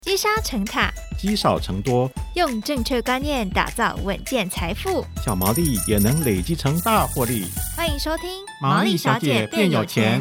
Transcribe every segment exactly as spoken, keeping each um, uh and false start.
积沙成塔， 积少成多， 用正确观念打造稳健财富， 小毛利也能累积成大获利。 欢迎收听毛利小姐变有钱。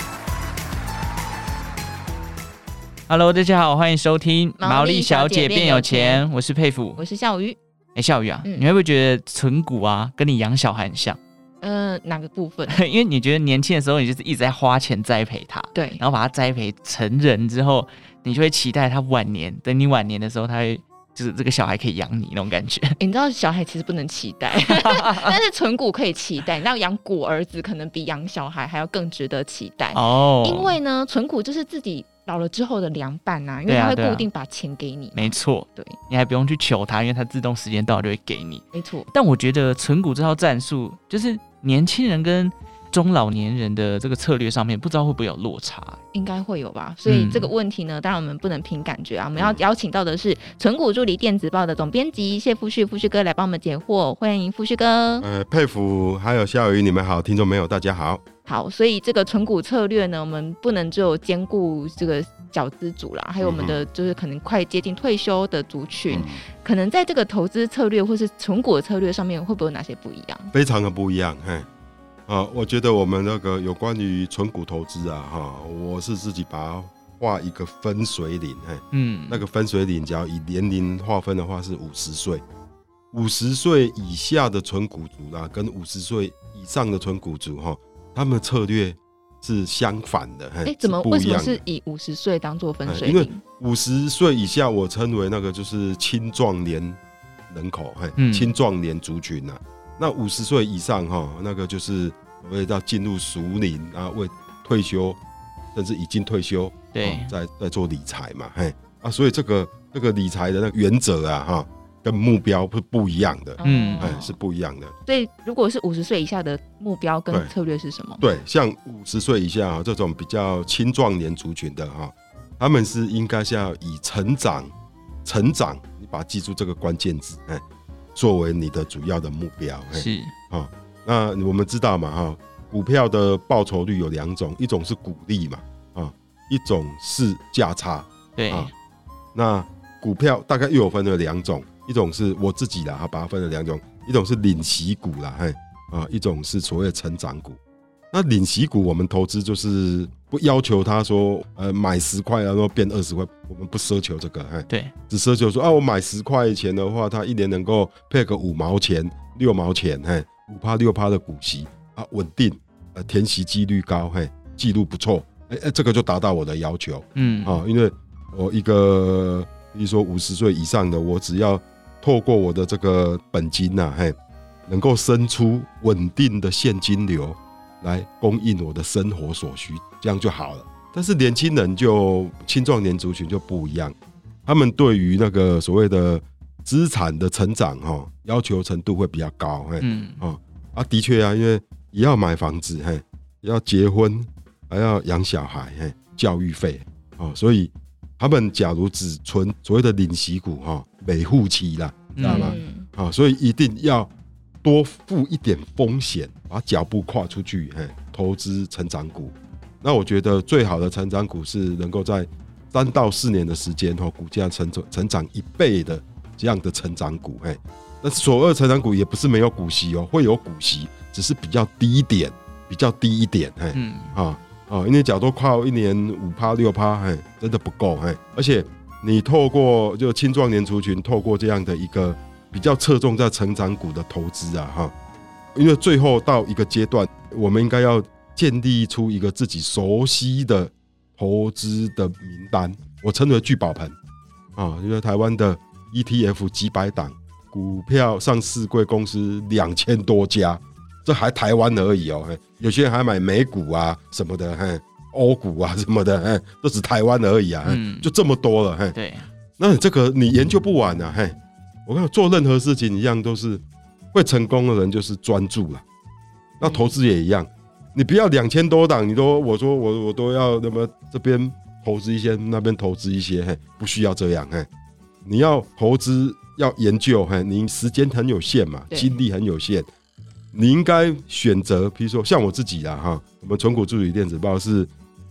Hello， 大家好，欢迎收听毛利小姐变有钱，我是佩服， 我是笑鱼。 哎，笑鱼啊、嗯，你会不会觉得存股啊跟你养小孩很像？ 呃，哪个部分？ 因为你觉得年轻的时候，你就是一直在花钱栽培他， 对， 然后把他栽培成人之后，你就会期待他晚年，等你晚年的时候，他会就是这个小孩可以养你那种感觉。 你知道小孩其实不能期待，但是存股可以期待。你知道养股儿子可能比养小孩还要更值得期待哦，因为呢，存股就是自己老了之后的凉拌啊，因为他会固定把钱给你。 啊啊、没错， 对， 你还不用去求他，因为他自动时间到了就会给你。 没错， 但我觉得存股这套战术，就是年轻人跟中老年人的这个策略上面，不知道会不会有落差？ 应该会有吧。所以这个问题呢，嗯、当然我们不能凭感觉啊，我们要邀请到的是存股助理电子报的总编辑谢富旭，富旭哥来帮我们解惑。欢迎富旭哥。 呃，佩服还有笑鱼，你们好，听众朋友大家好。 好，所以这个存股策略呢，我们不能只有兼顾这个小资族啦，还有我们的就是可能快接近退休的族群，嗯、可能在这个投资策略或是存股的策略上面，会不会有哪些不一样？ 非常的不一样，嘿。啊，我觉得我们那个有关于存股投资啊，哈，我是自己把它画一个分水岭，嘿，嗯，那个分水岭，只要以年龄划分的话是五十岁，五十岁以下的存股族啦，跟五十岁以上的存股族哈，他们的策略是相反的，哎、欸， 怎么为什么是以五十岁当做分水岭？ 因为五十岁以下我称为那个就是青壮年人口，嘿，嗯、青壮年族群啊。那五十岁以上哈，那个就是为到进入熟龄啊，为退休甚至已经退休， 对， 在在做理财嘛，嘿啊，所以这个这个理财的那个原则啊，哈，跟目标是不一样的，嗯，哎，是不一样的。 所以如果是五十岁以下的目标跟策略是什么？ 对，对像五十岁以下这种比较青壮年族群的哈，他们是应该是要以成长、成长，你把它记住这个关键字，哎。作为你的主要的目标是、 哦、那我们知道嘛、哦、股票的报酬率有两种，一种是股利嘛、哦、一种是价差。 对、 哦、那股票大概又有分了两种，一种是我自己啦，把它分了两种，一种是领息股啦、哦、一种是所谓的成长股。那领息股我们投资就是不要求他说，呃，买十块然后变二十块，我们不奢求这个， 对， 只奢求说啊，我买十块钱的话，他一年能够配个五毛钱、六毛钱，嘿，五趴六趴的股息啊，稳定，呃，填息几率高，嘿，记录不错，哎、欸，这个就达到我的要求，嗯，啊，因为我一个，比如说五十岁以上的，我只要透过我的这个本金呐、啊，嘿，能够生出稳定的现金流。来供应我的生活所需，这样就好了。但是年轻人就青壮年族群就不一样，他们对于那个所谓的资产的成长哈，要求程度会比较高。嗯啊，的确啊，因为也要买房子，嘿，也要结婚，还要养小孩，嘿，教育费，哦，所以他们假如只存所谓的领息股哈，每户期啦，知道吗？嗯、啊，所以一定要。多付一点风险，把脚步跨出去，投资成长股。那我觉得最好的成长股是能够在三到四年的时间，股价成成长一倍的这样的成长股。那所谓的成长股也不是没有股息哦，会有股息，只是比较低一点，比较低一点。嗯啊啊，因为假如靠一年五趴六趴，真的不够。而且你透过就青壮年族群，透过这样的一个。比较侧重在成长股的投资啊，哈，因为最后到一个阶段，我们应该要建立出一个自己熟悉的投资的名单，我称为聚宝盆啊，因为台湾的 E T F 几百档，股票上市柜公司两千多家，这还台湾而已哦，有些人还买美股啊什么的，欧股啊什么的，都只台湾而已啊，嗯、就这么多了， 对， 那这个你研究不完啊，嘿。我看做任何事情一样，都是会成功的人就是专注啦。那投资也一样，你不要两千多档，你都我说我我都要那么这边投资一些，那边投资一些，嘿，不需要这样，嘿，你要投资要研究，嘿，你时间很有限嘛，精力很有限，你应该选择，比如说像我自己啦，哈，我们存股助理电子报是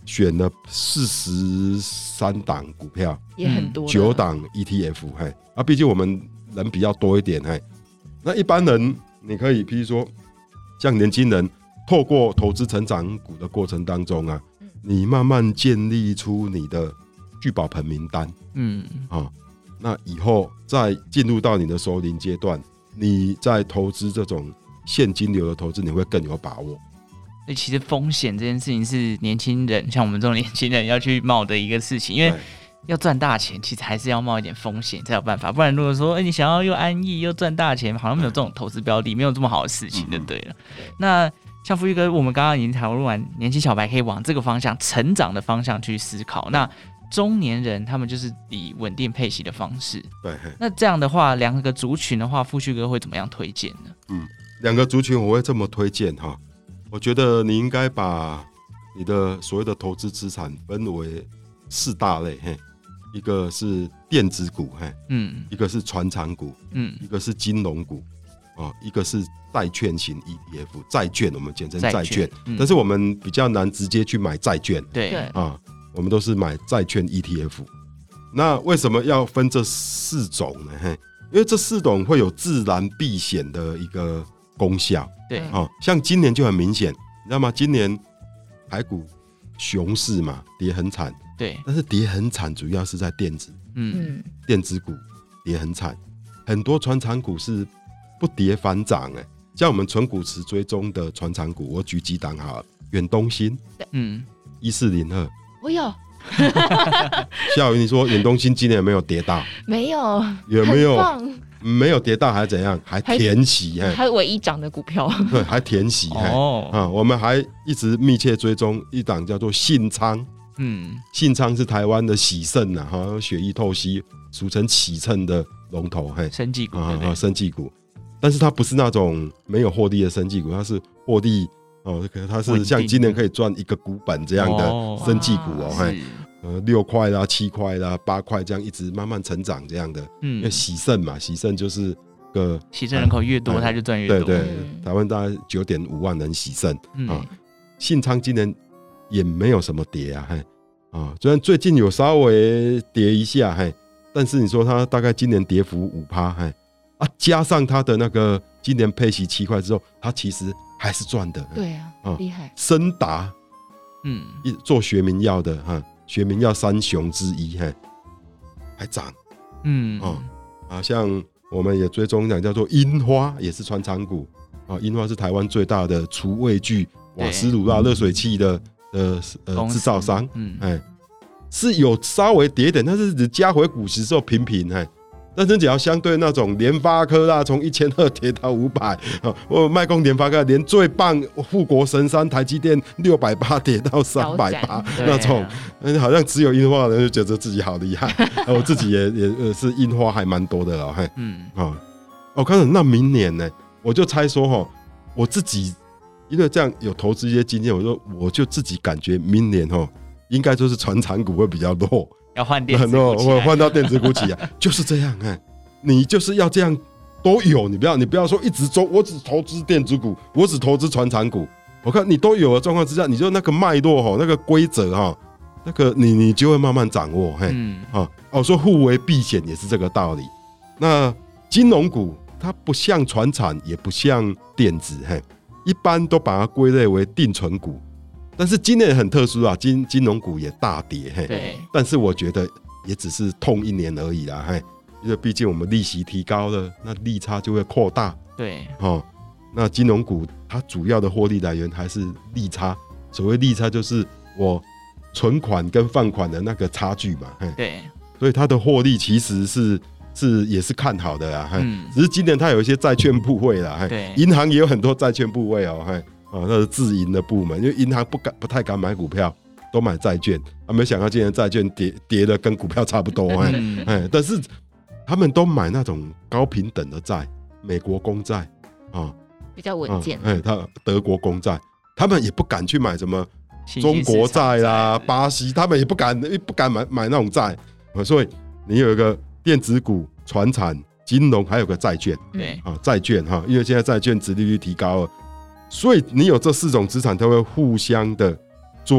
选了四十三档股票， 也很多九档 E T F， 嘿，啊，毕竟我们人比较多一点，嘿，那一般人你可以，譬如说像年轻人，透过投资成长股的过程当中啊，你慢慢建立出你的聚宝盆名单， 嗯， 啊，那以后再进入到你的熟龄阶段，你在投资这种现金流的投资，你会更有把握。 所以其实风险这件事情是年轻人，像我们这种年轻人要去冒的一个事情，因为要赚大钱，其实还是要冒一点风险才有办法。不然如果说，哎、欸，你想要又安逸又赚大钱，好像没有这种投资标的，没有这么好的事情，就对了。嗯、那像富裕哥，我们刚刚已经讨论完，年轻小白可以往这个方向、成长的方向去思考。那中年人他们就是以稳定配息的方式。 对。 那这样的话，两个族群的话，富裕哥会怎么样推荐呢？ 嗯，两个族群我会这么推荐哈。我觉得你应该把你的所谓的投资资产分为四大类，嘿，一个是电子股，嘿，嗯，一个是传产股，嗯，一个是金融股，哦，一个是债券型 E T F， 债券我们简称债券，债券嗯、但是我们比较难直接去买债券， 对， 啊，我们都是买债券 E T F。那为什么要分这四种呢？嘿，因为这四种会有自然避险的一个功效。 对， 哦，像今年就很明显，你知道吗？今年台股熊市嘛，跌很惨。 对， 但是跌很惨，主要是在电子，嗯，电子股跌很惨，很多传产股是不跌反涨，哎，像我们纯股池追踪的传产股，我举几档好了，远东新，嗯，一四零二， 我有。 夏雨，你说远东新今年有没有跌到？ 没有， 有没有？没有跌到还怎样？还填息， 还唯一涨的股票， 对，还填息。哦，啊，我们还一直密切追踪一档叫做信昌，嗯，信昌是台湾的喜盛呐，哈，血液透析，俗称喜盛的龙头，嘿， 生技股， 啊，生技股，但是它不是那种没有获利的生技股，它是获利哦，它是像今年可以赚一个股本这样的生技股哦，嘿。呃，六块啦、七块啦、八块这样一直慢慢成长这样的，嗯，因为喜盛嘛，喜盛就是个喜盛人口越多，它、哎、就赚越多。 对对，嗯、台湾大概九点五万人喜盛、嗯、啊，信昌今年也没有什么跌啊，嘿啊，虽然最近有稍微跌一下，嘿，但是你说它大概今年跌幅五趴，嘿啊，加上它的那个今年配息七块之后，它其实还是赚的。 对啊，啊厉害。 森达，嗯，做学名药的哈。学名药三雄之一，嘿，还涨，嗯，哦，啊，像我们也追踪讲叫做樱花，也是传产股，啊，樱花是台湾最大的厨卫具、瓦斯炉啊、热水器的呃呃制造商，嗯，哎，是有稍微跌一点，但是只加回股息之后平平，哎。但是只要相对那种联发科啦，从一千二跌到五百，我卖空联发科，连最棒护国神山台积电六百八跌到三百八那种，好像只有樱花的人就觉得自己好厉害。我自己也也是樱花还蛮多的了，嘿，嗯啊，我看那明年呢，我就猜说哈，我自己因为这样有投资一些经验，我说我就自己感觉明年哈，应该就是传产股会比较弱。 要换电子股起来， 我换到电子股起来，就是这样哎，你就是要这样都有，你不要你不要说一直做，我只投资电子股，我只投资传产股，我看你都有的状况之下，你就那个脉络哈，那个规则哈，那个你你就会慢慢掌握，嘿，嗯啊，哦，说互为避险也是这个道理。那金融股它不像传产，也不像电子，嘿，一般都把它归类为定存股。但是今年很特殊啊，金金融股也大跌，嘿， 对。 但是我觉得也只是痛一年而已啦，嘿，因为毕竟我们利息提高了，那利差就会扩大， 对， 哦，那金融股它主要的获利来源还是利差，所谓利差就是我存款跟放款的那个差距嘛，嘿， 对， 所以它的获利其实是是也是看好的啦，嘿，嗯，只是今年它有一些债券部位啦，嘿，银行也有很多债券部位哦，嘿。啊，那是自营的部门，因为银行不敢、不太敢买股票，都买债券。啊，没想到今年债券跌跌的跟股票差不多，哎、嗯欸，但是他们都买那种高平等的债，美国公债啊， 比较稳健。 哎、啊，他、欸、德国公债，他们也不敢去买什么中国债啦、巴西，他们也不敢不敢买买那种债。所以你有一个电子股、传产、金融，还有个债券， 对啊，债券哈，因为现在债券殖利率提高了。所以你有这四种资产，它会互相的做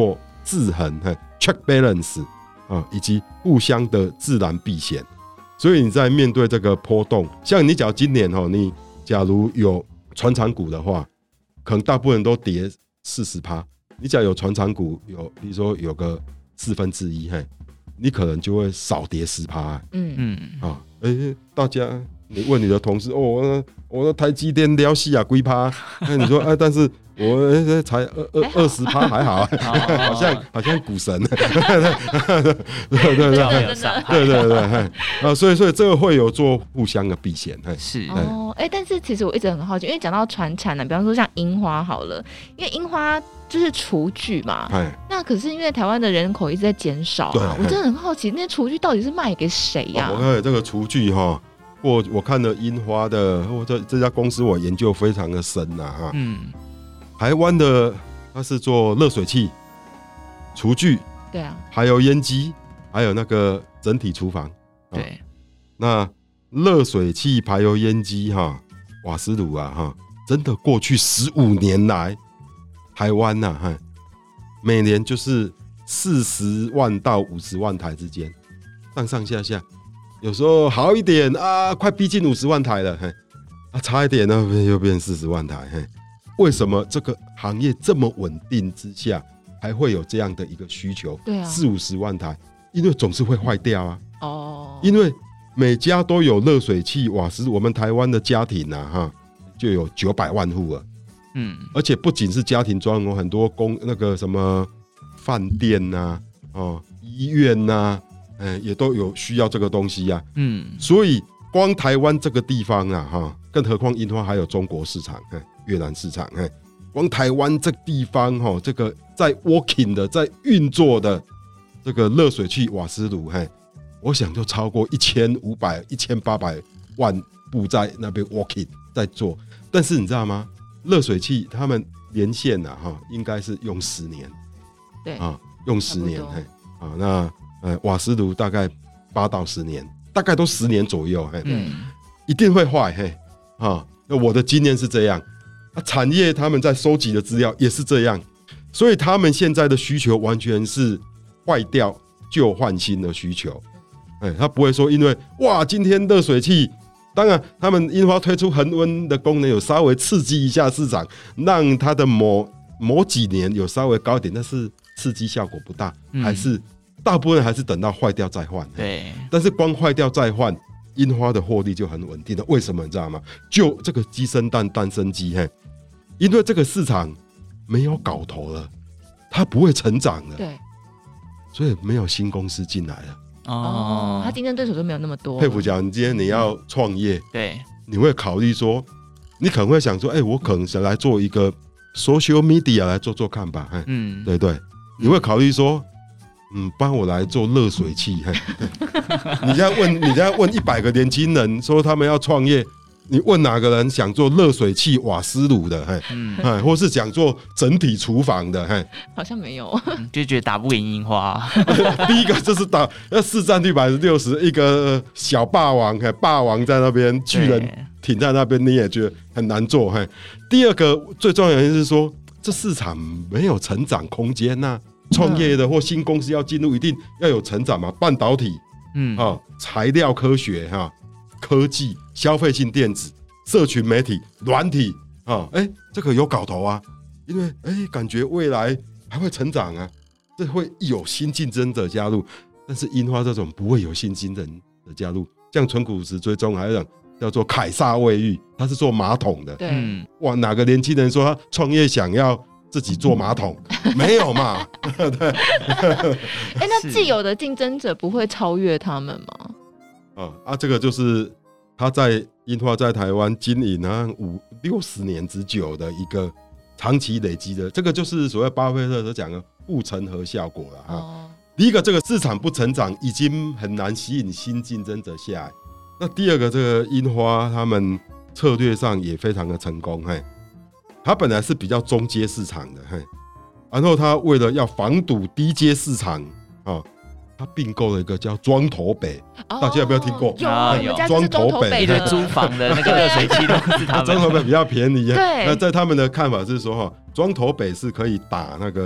制衡 check balance 啊，以及互相的自然避险。所以你在面对这个波动，像你假如今年你假如有传产股的话，可能大部分人都跌 百分之四十， 你假如有传产股有比如说有个四分之一，你可能就会少跌 百分之十。 嗯嗯啊，欸，大家你问你的同事，哦，我的台积电了死啊几趴，那你说哎，但是我才二二二十趴还好，好像好像股神，对对对对对对对，啊，所以所以这个会有做互相的避险， 是哦，哎，但是其实我一直很好奇，因为讲到传产呢，比方说像樱花好了，因为樱花就是厨具嘛，那可是因为台湾的人口一直在减少啊，我真的很好奇，那些厨具到底是卖给谁呀？ 我看这个厨具哈。我我看了樱花的，我这这家公司我研究非常的深呐，哈，嗯，台湾的它是做热水器、厨具， 对啊， 还有烟机，还有那个整体厨房， 对， 啊，那热水器、排油烟机哈、瓦斯炉啊哈，真的过去十五年来，台湾呐哈，每年就是四十万到五十万台之间，上上下下。有时候好一点啊，快逼近五十万台了，嘿，啊，差一点呢又变四十万台，嘿，为什么这个行业这么稳定之下，还会有这样的一个需求？ 对啊， 四五十万台，因为总是会坏掉啊。 哦， 因为每家都有热水器、瓦斯，我们台湾的家庭啊，哈，就有九百万户了。嗯，而且不仅是家庭装哦，很多公那个什么饭店呐、啊，哦，医院呐、啊。欸、也都有需要这个东西呀、啊，嗯，所以光台湾这个地方啊，哈，更何况樱花还有中国市场、越南市场，光台湾这个地方哈，这个在 working 的、在运作的这个热水器、瓦斯炉，嘿，我想就超过一千五百、一千八百万部在那边 working 在做。但是你知道吗？热水器他们连线啊，哈，应该是用十年， 对啊， 用十年，嘿，啊，那。呃，瓦斯炉大概八到十年，大概都十年左右，嘿，嗯，一定会坏，嘿，啊，那我的经验是这样，啊，产业他们在收集的资料也是这样，所以他们现在的需求完全是坏掉就换新的需求，哎，他不会说因为哇，今天热水器，当然他们樱花推出恒温的功能，有稍微刺激一下市场，让它的某某几年有稍微高一点，但是刺激效果不大，嗯、还是。大部分还是等到坏掉再换， 对。 但是光坏掉再换，樱花的获利就很稳定了。为什么你知道吗？就这个鸡生蛋，蛋生鸡，嘿，因为这个市场没有搞头了，它不会成长了， 对， 所以没有新公司进来了。 哦，它竞争对手就没有那么多。 佩服讲，你今天你要创业， 对， 你会考虑说，你可能会想说，哎、欸，我可能想来做一个 social media 来做做看吧，嗯，对对，你会考虑说。嗯，帮我来做热水器。你现在问，你现在问一百个年轻人说他们要创业，你问哪个人想做热水器、瓦斯炉的，嘿，嗯，或是想做整体厨房的，嘿， 好像没有， 嗯、就觉得打不赢樱花。 第一个就是打，那市占率百分之六十，一个小霸王，嘿，霸王在那边，巨人挺在那边，你也觉得很难做，嘿。第二个最重要的是说，这市场没有成长空间呐、啊。创业的或新公司要进入，一定要有成长嘛？半导体，嗯，啊，材料科学哈、啊，科技、消费性电子、社群媒体、软体啊，哎、欸，这个有搞头啊！因为哎、欸，感觉未来还会成长啊，这会有新竞争者加入。但是樱花这种不会有新竞争者加入，像纯股石追踪还有叫做凯撒卫浴，他是做马桶的， 对， 哇，哪个年轻人说他创业想要？自己做马桶没有嘛？对， 哎，那既有的竞争者不会超越他们吗？ 啊啊，这个就是他在樱花在台湾经营啊五六十年之久的一个长期累积的，这个就是所谓巴菲特所讲的护城河效果了哈。哦、第一个，这个市场不成长，已经很难吸引新竞争者下来。那第二个，这个樱花他们策略上也非常的成功，嘿。它本来是比较中阶市场的，嘿，然后它为了要防堵低阶市场啊，它并购了一个叫庄头北，哦、大家有没有听过？ 有啊，有庄头北， 一堆租房的那个热水器都是他们。 庄头北比较便宜， 对。 那在他们的看法是说，哈，庄头北是可以打那个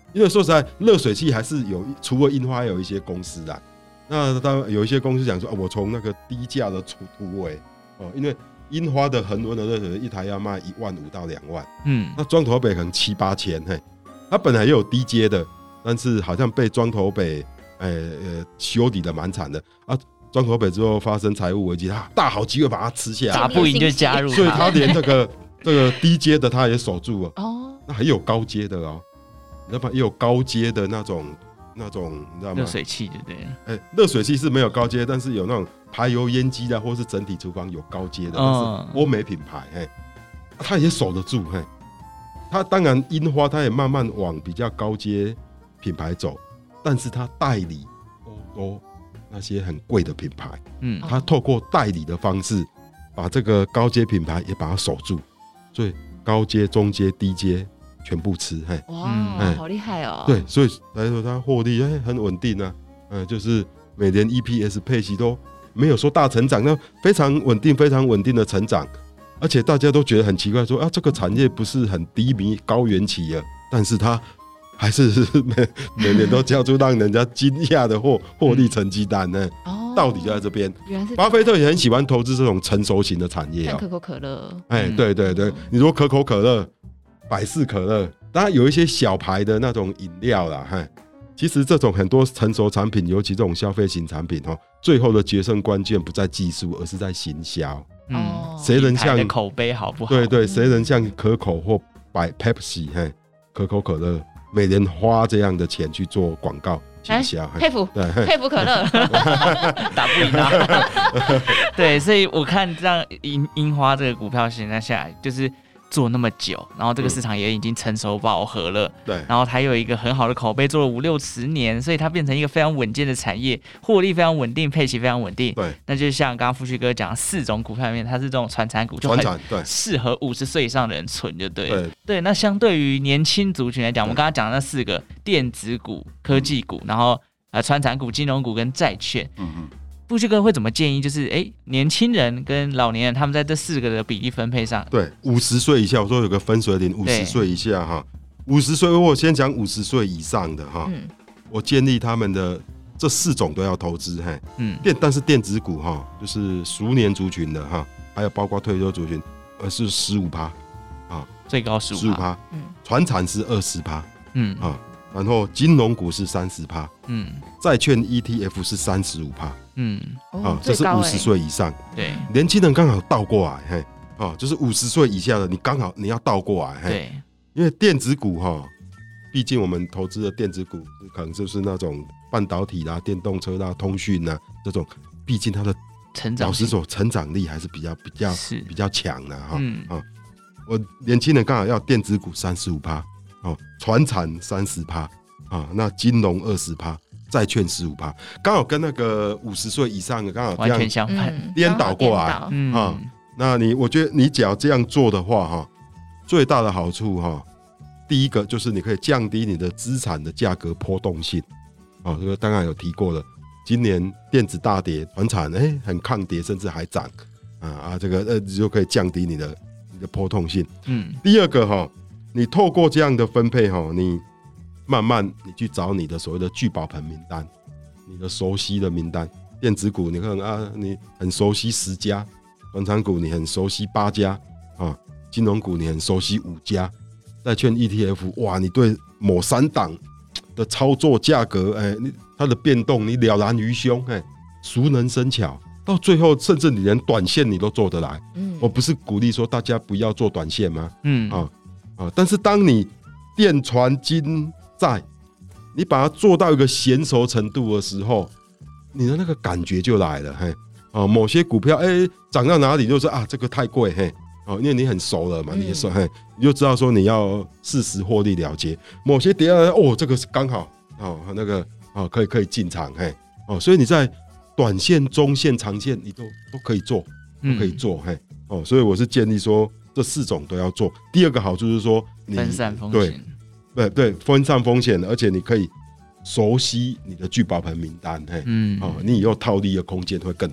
因为说实在，热水器还是有除了樱花，还有一些公司啊。那当然有一些公司讲说，啊、我从那个低价的土土尾哦，因为樱花的恒温的热水一台要卖一万五到两万，嗯，那庄头北可能七八千，嘿，它本来也有低阶的，但是好像被庄头北，呃呃修理的蛮惨的啊。庄头北之后发生财务危机，他大好机会把它吃下来， 打不赢就加入， 所以他连这个这个低阶的他也守住了。哦，那还有高阶的哦，你知道吗？也有高阶的那种那种，你知道吗？ 热水器对不对？ 哎，热水器是没有高阶，但是有那种排油烟机的，或是整体厨房有高阶的，但是欧美品牌，哎，他也守得住，嘿。他当然樱花，他也慢慢往比较高阶品牌走，但是他代理欧洲那些很贵的品牌，嗯，他透过代理的方式，把这个高阶品牌也把它守住，所以高阶、中阶、低阶全部吃，嘿， 哇，嗯、好厉害哦！ 对，所以来说它获利哎很稳定啊，嗯，就是每年 E P S 配息都没有说大成长，那非常稳定、非常稳定的成长，而且大家都觉得很奇怪说，说啊，这个产业不是很低迷、高原期了，但是它还是每每年都交出让人家惊讶的获获利成绩单呢。哦，道理就在这边。巴菲特也很喜欢投资这种成熟型的产业， 像可口可乐。 哎，对对对，你说可口可乐、百事可乐，当然有一些小牌的那种饮料啦，哈。其实这种很多成熟产品，尤其这种消费型产品，最后的决胜关键不在技术，而是在行销。嗯，谁能像口碑好不好？ 对对，谁能像可口或百 Pepsi 嘿，可口可乐。每年花这样的钱去做广告行销， 佩服，佩服可乐， 打不赢啊！对，所以我看这样樱樱花这个股票现在下来，就是做那么久，然后这个市场也已经成熟饱和了，对、嗯，然后它有一个很好的口碑，做了五六十年，所以它变成一个非常稳健的产业，获利非常稳定，配息非常稳定。对，那就像刚刚富旭哥讲，四种股票里面，它是这种传产股，就很适合五十岁以上的人存，就对了。对，对，那相对于年轻族群来讲，我们刚刚讲的那四个电子股、科技股，然后呃传产股、金融股跟债券，嗯嗯。富旭哥会怎么建议？就是哎、欸，年轻人跟老年人他们在这四个的比例分配上， 对，五十岁以下，我说有个分水岭，五十岁以下哈，五十岁我先讲五十岁以上的哈、嗯，我建议他们的这四种都要投资，嘿，嗯，电但是电子股哈，就是熟年族群的哈，还有包括退休族群，呃是十五趴，啊， 最高十五趴， 嗯，传产是二十趴，嗯啊。然后金融股是三十趴，嗯，债券 E T F 是三十五趴，嗯，啊，这是五十岁以上， 对， 年轻人刚好倒过来，嘿，啊，就是五十岁以下的，你刚好你要倒过来，嘿，对，因为电子股哈，毕竟我们投资的电子股可能就是那种半导体啦、电动车啦、通讯啦这种，毕竟它的成长， 老实说，成长力还是比较比较比较强的哈，嗯啊，我年轻人刚好要电子股三十五趴。哦，传产三十趴啊，那金融二十趴，债券十五趴，刚好跟那个五十岁以上的刚好完全相反， 颠倒过来、嗯、啊。那你我觉得你只要这样做的话，哈，最大的好处哈，第一个就是你可以降低你的资产的价格波动性。哦，这个当然有提过了，今年电子大跌，传产哎、欸、很抗跌，甚至还涨啊啊，这个呃就可以降低你的你的波动性。嗯，第二个哈。你透过这样的分配，你慢慢你去找你的所谓的聚宝盆名单，你的熟悉的名单。电子股你看啊，你很熟悉十家；传产股你很熟悉八家啊；金融股你很熟悉五家；债券 E T F， 哇，你对某三档的操作价格，哎，它的变动你了然于胸，哎，熟能生巧。到最后，甚至你连短线你都做得来。嗯，我不是鼓励说大家不要做短线吗？嗯啊。啊、但是当你电传金债，你把它做到一个娴熟程度的时候，你的那个感觉就来了，嘿，啊，某些股票哎涨、欸、到哪里就是啊这个太贵，嘿，啊，因为你很熟了嘛，你也熟，嘿，你就知道说你要适时获利了结。某些跌下来，哦，这个是刚好，哦，那个哦可以可以进场，嘿，哦，所以你在短线、中线、长线你都都可以做，都可以做，嘿，哦，所以我是建议说。这四种都要做。第二个好处是说，你分散风险， 对对对，分散风险，而且你可以熟悉你的聚宝盆名单，嘿，嗯，哦，你以后套利的空间会更大。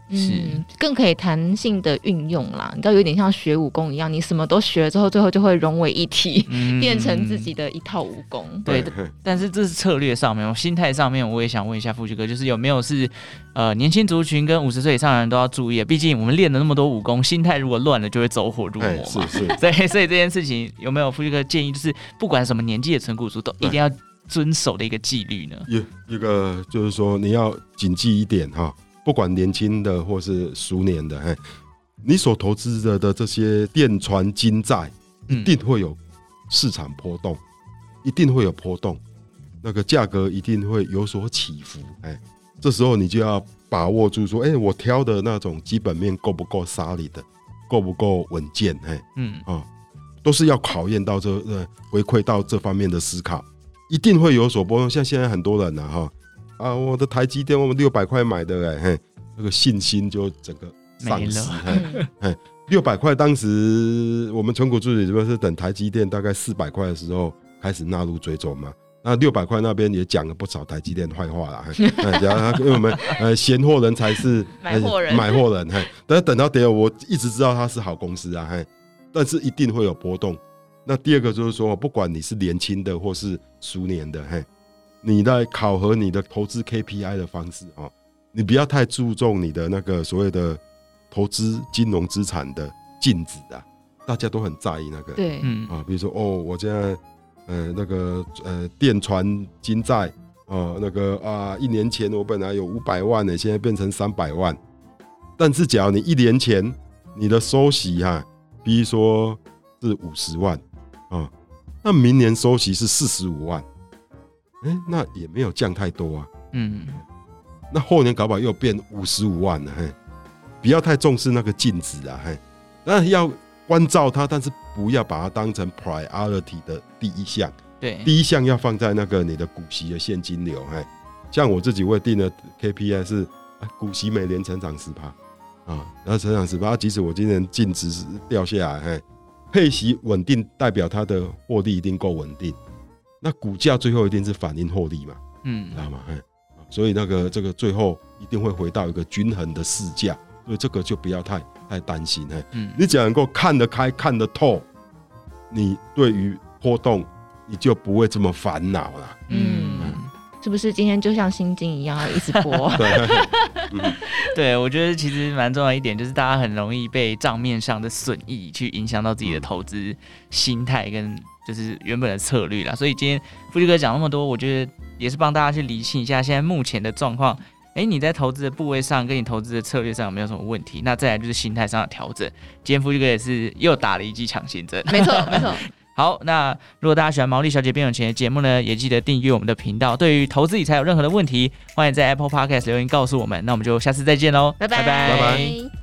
嗯，更可以弹性的运用啦。你知道，有点像学武功一样，你什么都学了之后，最后就会融为一体，嗯、变成自己的一套武功。 对，但是这是策略上面，心态上面，我也想问一下富旭哥，就是有没有是呃年轻族群跟五十岁以上的人都要注意？毕竟我们练了那么多武功，心态如果乱了，就会走火入魔嘛。 是是。 所以所以这件事情有没有富旭哥建议，就是不管什么年纪的存股族，都一定要遵守的一个纪律呢？ 有一个就是说，你要谨记一点哈。不管年轻的或是熟年的，嘿，你所投资的的这些电传金债，一定会有市场波动，一定会有波动，那个价格一定会有所起伏，哎，这时候你就要把握住说，哎，我挑的那种基本面够不够solid的，够不够稳健，哎，嗯啊、哦，都是要考验到这呃回馈到这方面的思考，一定会有所波动。像现在很多人啊，哈。啊，我的台积电我们六百块买的，哎，那个信心就整个丧失。哎，六百块当时我们存股助理这边是等台积电大概四百块的时候开始纳入追踪嘛。那六百块那边也讲了不少台积电坏话啦，因为我们呃闲货人才是买货人， 买货人。但是等到等我一直知道它是好公司啊，但是一定会有波动。那第二个就是说，不管你是年轻的或是熟年的，嘿。你在考核你的投资 K P I 的方式，你不要太注重你的那个所谓的投资金融资产的净值啊，大家都很在意那个。 对， 嗯啊，比如说哦，我现在呃那个呃电传金债哦，那个啊一年前我本来有五百万呢，现在变成三百万。但是假如你一年前你的收息哈、啊，比如说是五十万啊，那明年收息是四十五万。欸、那也没有降太多啊，嗯，那后年搞不好又变五十五万了，嘿，不要太重视那个净值啊，嘿，当然要关照它，但是不要把它当成 priority 的第一项， 对， 第一项要放在那个你的股息的现金流，嘿，像我自己会定的 K P I 是股息每年成长 百分之十 啊，然后成长 百分之十， 即使我今年净值掉下来，嘿，配息稳定代表它的获利一定够稳定。那股价最后一定是反映获利嘛，嗯，知道吗？所以那个这个最后一定会回到一个均衡的市价，所以这个就不要太太担心，嗯，你只要能够看得开、看得透，你对于波动你就不会这么烦恼了，嗯。 是不是今天就像心经一样一直播？ 对， 嗯、对，我觉得其实蛮重要一点，就是大家很容易被账面上的损益去影响到自己的投资心态跟就是原本的策略啦。所以今天富旭哥讲那么多，我觉得也是帮大家去理清一下现在目前的状况。哎，你在投资的部位上跟你投资的策略上有没有什么问题？那再来就是心态上的调整。今天富旭哥也是又打了一剂强心针， 没错，没错。 好，那如果大家喜欢毛利小姐变有钱的节目呢，也记得订阅我们的频道。对于投资理财有任何的问题，欢迎在 Apple Podcast 留言告诉我们。那我们就下次再见喽， 拜拜拜拜。